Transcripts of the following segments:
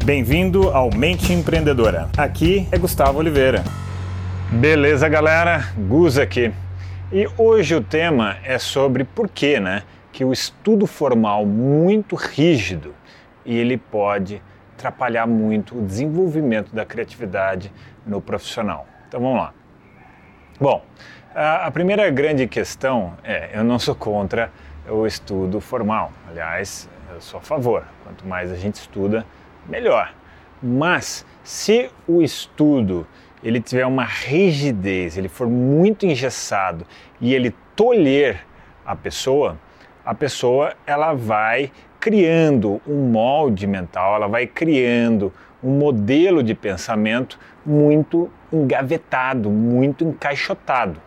Bem-vindo ao Mente Empreendedora. Aqui é Gustavo Oliveira. Beleza, galera? Gus aqui. E hoje o tema é sobre por que, que o estudo formal muito rígido ele pode atrapalhar muito o desenvolvimento da criatividade no profissional. Então vamos lá. Bom, a primeira grande questão eu não sou contra o estudo formal. Aliás, eu sou a favor. Quanto mais a gente estuda, melhor. Mas se o estudo ele tiver uma rigidez, ele for muito engessado e ele tolher a pessoa ela vai criando um molde mental, ela vai criando um modelo de pensamento muito engavetado, muito encaixotado.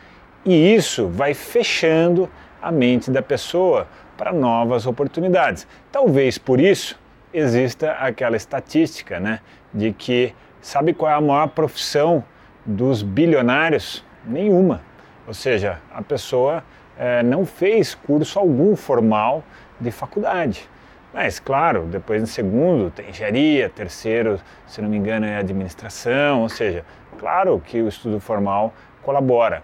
E isso vai fechando a mente da pessoa para novas oportunidades. Talvez por isso exista aquela estatística, de que sabe qual é a maior profissão dos bilionários? Nenhuma. Ou seja, a pessoa não fez curso algum formal de faculdade. Mas, claro, depois em segundo tem engenharia, terceiro, se não me engano, é administração, ou seja, claro que o estudo formal colabora,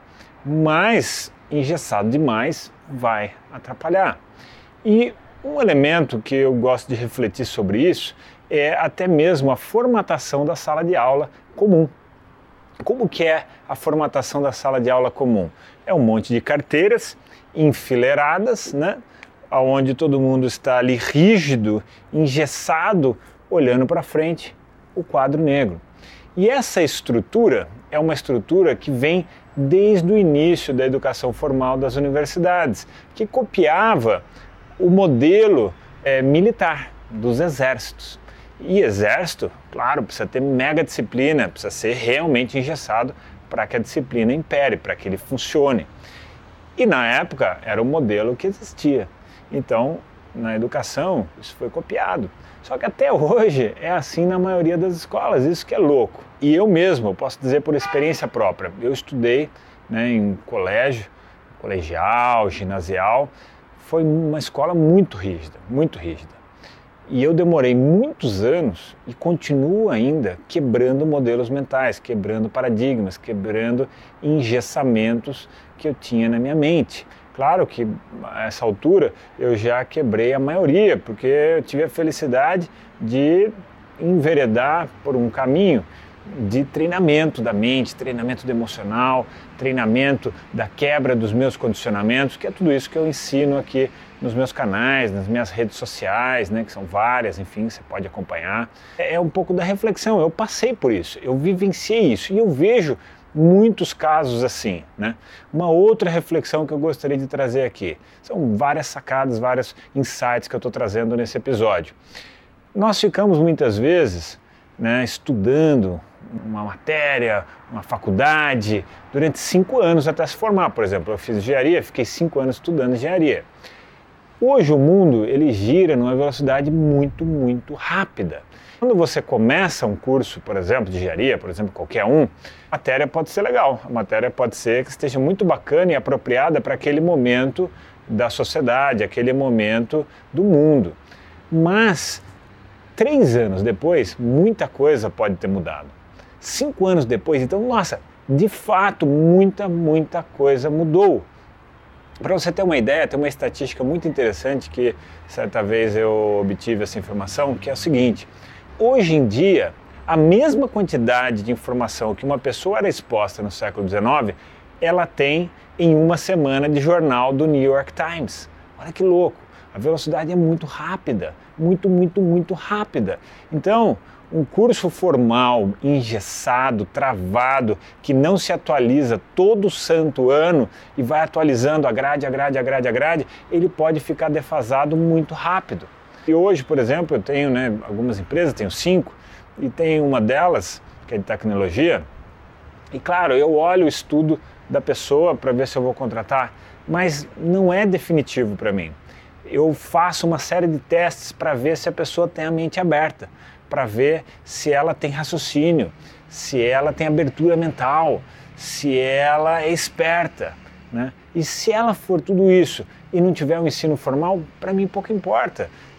mas engessado demais vai atrapalhar. E um elemento que eu gosto de refletir sobre isso é até mesmo a formatação da sala de aula comum. Como que é a formatação da sala de aula comum? É um monte de carteiras enfileiradas, onde todo mundo está ali rígido, engessado, olhando para frente, o quadro negro. E essa estrutura é uma estrutura que vem desde o início da educação formal das universidades, que copiava o modelo militar dos exércitos. E exército, claro, precisa ter mega disciplina, precisa ser realmente engessado para que a disciplina impere, para que ele funcione. E na época era o modelo que existia. Então, na educação, isso foi copiado. Só que até hoje é assim na maioria das escolas, isso que é louco. E eu mesmo, eu posso dizer por experiência própria, eu estudei em colegial, ginasial, foi uma escola muito rígida, muito rígida. E eu demorei muitos anos e continuo ainda quebrando modelos mentais, quebrando paradigmas, quebrando engessamentos que eu tinha na minha mente. Claro que a essa altura eu já quebrei a maioria, porque eu tive a felicidade de enveredar por um caminho de treinamento da mente, treinamento do emocional, treinamento da quebra dos meus condicionamentos, que é tudo isso que eu ensino aqui nos meus canais, nas minhas redes sociais, que são várias, enfim, você pode acompanhar. É um pouco da reflexão, eu passei por isso, eu vivenciei isso e eu vejo muitos casos assim, Uma outra reflexão que eu gostaria de trazer aqui, são várias sacadas, vários insights que eu estou trazendo nesse episódio. Nós ficamos muitas vezes estudando uma matéria, uma faculdade, durante 5 anos até se formar. Por exemplo, eu fiz engenharia, fiquei 5 anos estudando engenharia. Hoje o mundo ele gira numa velocidade muito, muito rápida. Quando você começa um curso, por exemplo, de engenharia, por exemplo, qualquer um, a matéria pode ser legal, a matéria pode ser que esteja muito bacana e apropriada para aquele momento da sociedade, aquele momento do mundo. Mas 3 anos depois, muita coisa pode ter mudado. 5 anos depois, então, nossa, de fato, muita coisa mudou. Para você ter uma ideia, tem uma estatística muito interessante que certa vez eu obtive essa informação, que é o seguinte: hoje em dia, a mesma quantidade de informação que uma pessoa era exposta no século XIX, ela tem em uma semana de jornal do New York Times. Olha que louco! A velocidade é muito rápida, muito rápida. Então, um curso formal, engessado, travado, que não se atualiza todo santo ano e vai atualizando a grade, ele pode ficar defasado muito rápido. E hoje, por exemplo, eu tenho algumas empresas, tenho 5, e tem uma delas, que é de tecnologia, e claro, eu olho o estudo da pessoa para ver se eu vou contratar, mas não é definitivo para mim. Eu faço uma série de testes para ver se a pessoa tem a mente aberta, para ver se ela tem raciocínio, se ela tem abertura mental, se ela é esperta, E se ela for tudo isso e não tiver um ensino formal, para mim pouco importa.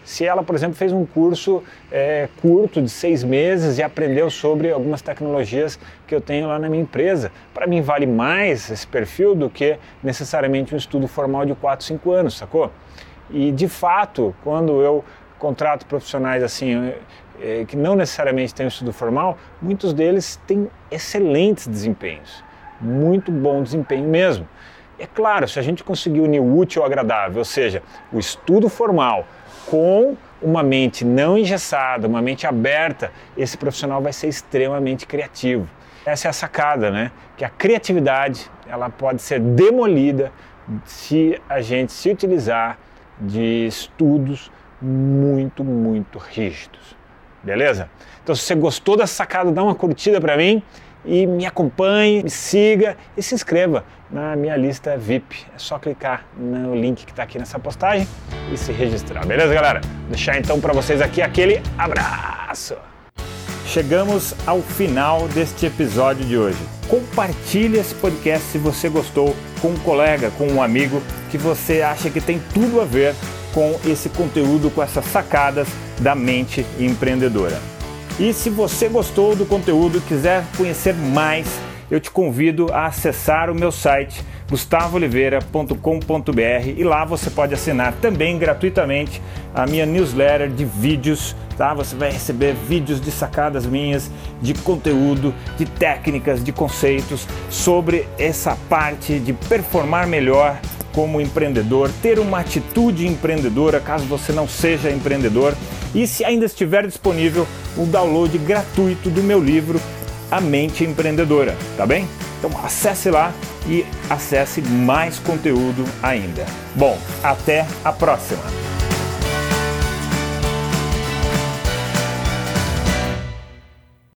se ela, por exemplo, fez um curso curto de 6 meses e aprendeu sobre algumas tecnologias que eu tenho lá na minha empresa. Para mim vale mais esse perfil do que necessariamente um estudo formal de 4, 5 anos, sacou? E de fato, quando eu contrato profissionais assim, que não necessariamente têm um estudo formal, muitos deles têm excelentes desempenhos, muito bom desempenho mesmo. É claro, se a gente conseguir unir o útil ao agradável, ou seja, o estudo formal com uma mente não engessada, uma mente aberta, esse profissional vai ser extremamente criativo. Essa é a sacada, né? Que a criatividade ela pode ser demolida se a gente se utilizar de estudos muito, muito rígidos. Beleza? Então, se você gostou dessa sacada, dá uma curtida para mim e me acompanhe, me siga e se inscreva na minha lista VIP. É só clicar no link que está aqui nessa postagem e se registrar. Beleza, galera? Vou deixar então para vocês aqui aquele abraço. Chegamos ao final deste episódio de hoje. Compartilhe esse podcast se você gostou com um colega, com um amigo que você acha que tem tudo a ver com esse conteúdo, com essas sacadas da mente empreendedora. E se você gostou do conteúdo e quiser conhecer mais, eu te convido a acessar o meu site gustavooliveira.com.br e lá você pode assinar também gratuitamente a minha newsletter de vídeos, tá? Você vai receber vídeos de sacadas minhas, de conteúdo, de técnicas, de conceitos sobre essa parte de performar melhor como empreendedor, ter uma atitude empreendedora caso você não seja empreendedor e se ainda estiver disponível o download gratuito do meu livro A Mente Empreendedora, tá bem? Então acesse lá e acesse mais conteúdo ainda. Bom, até a próxima!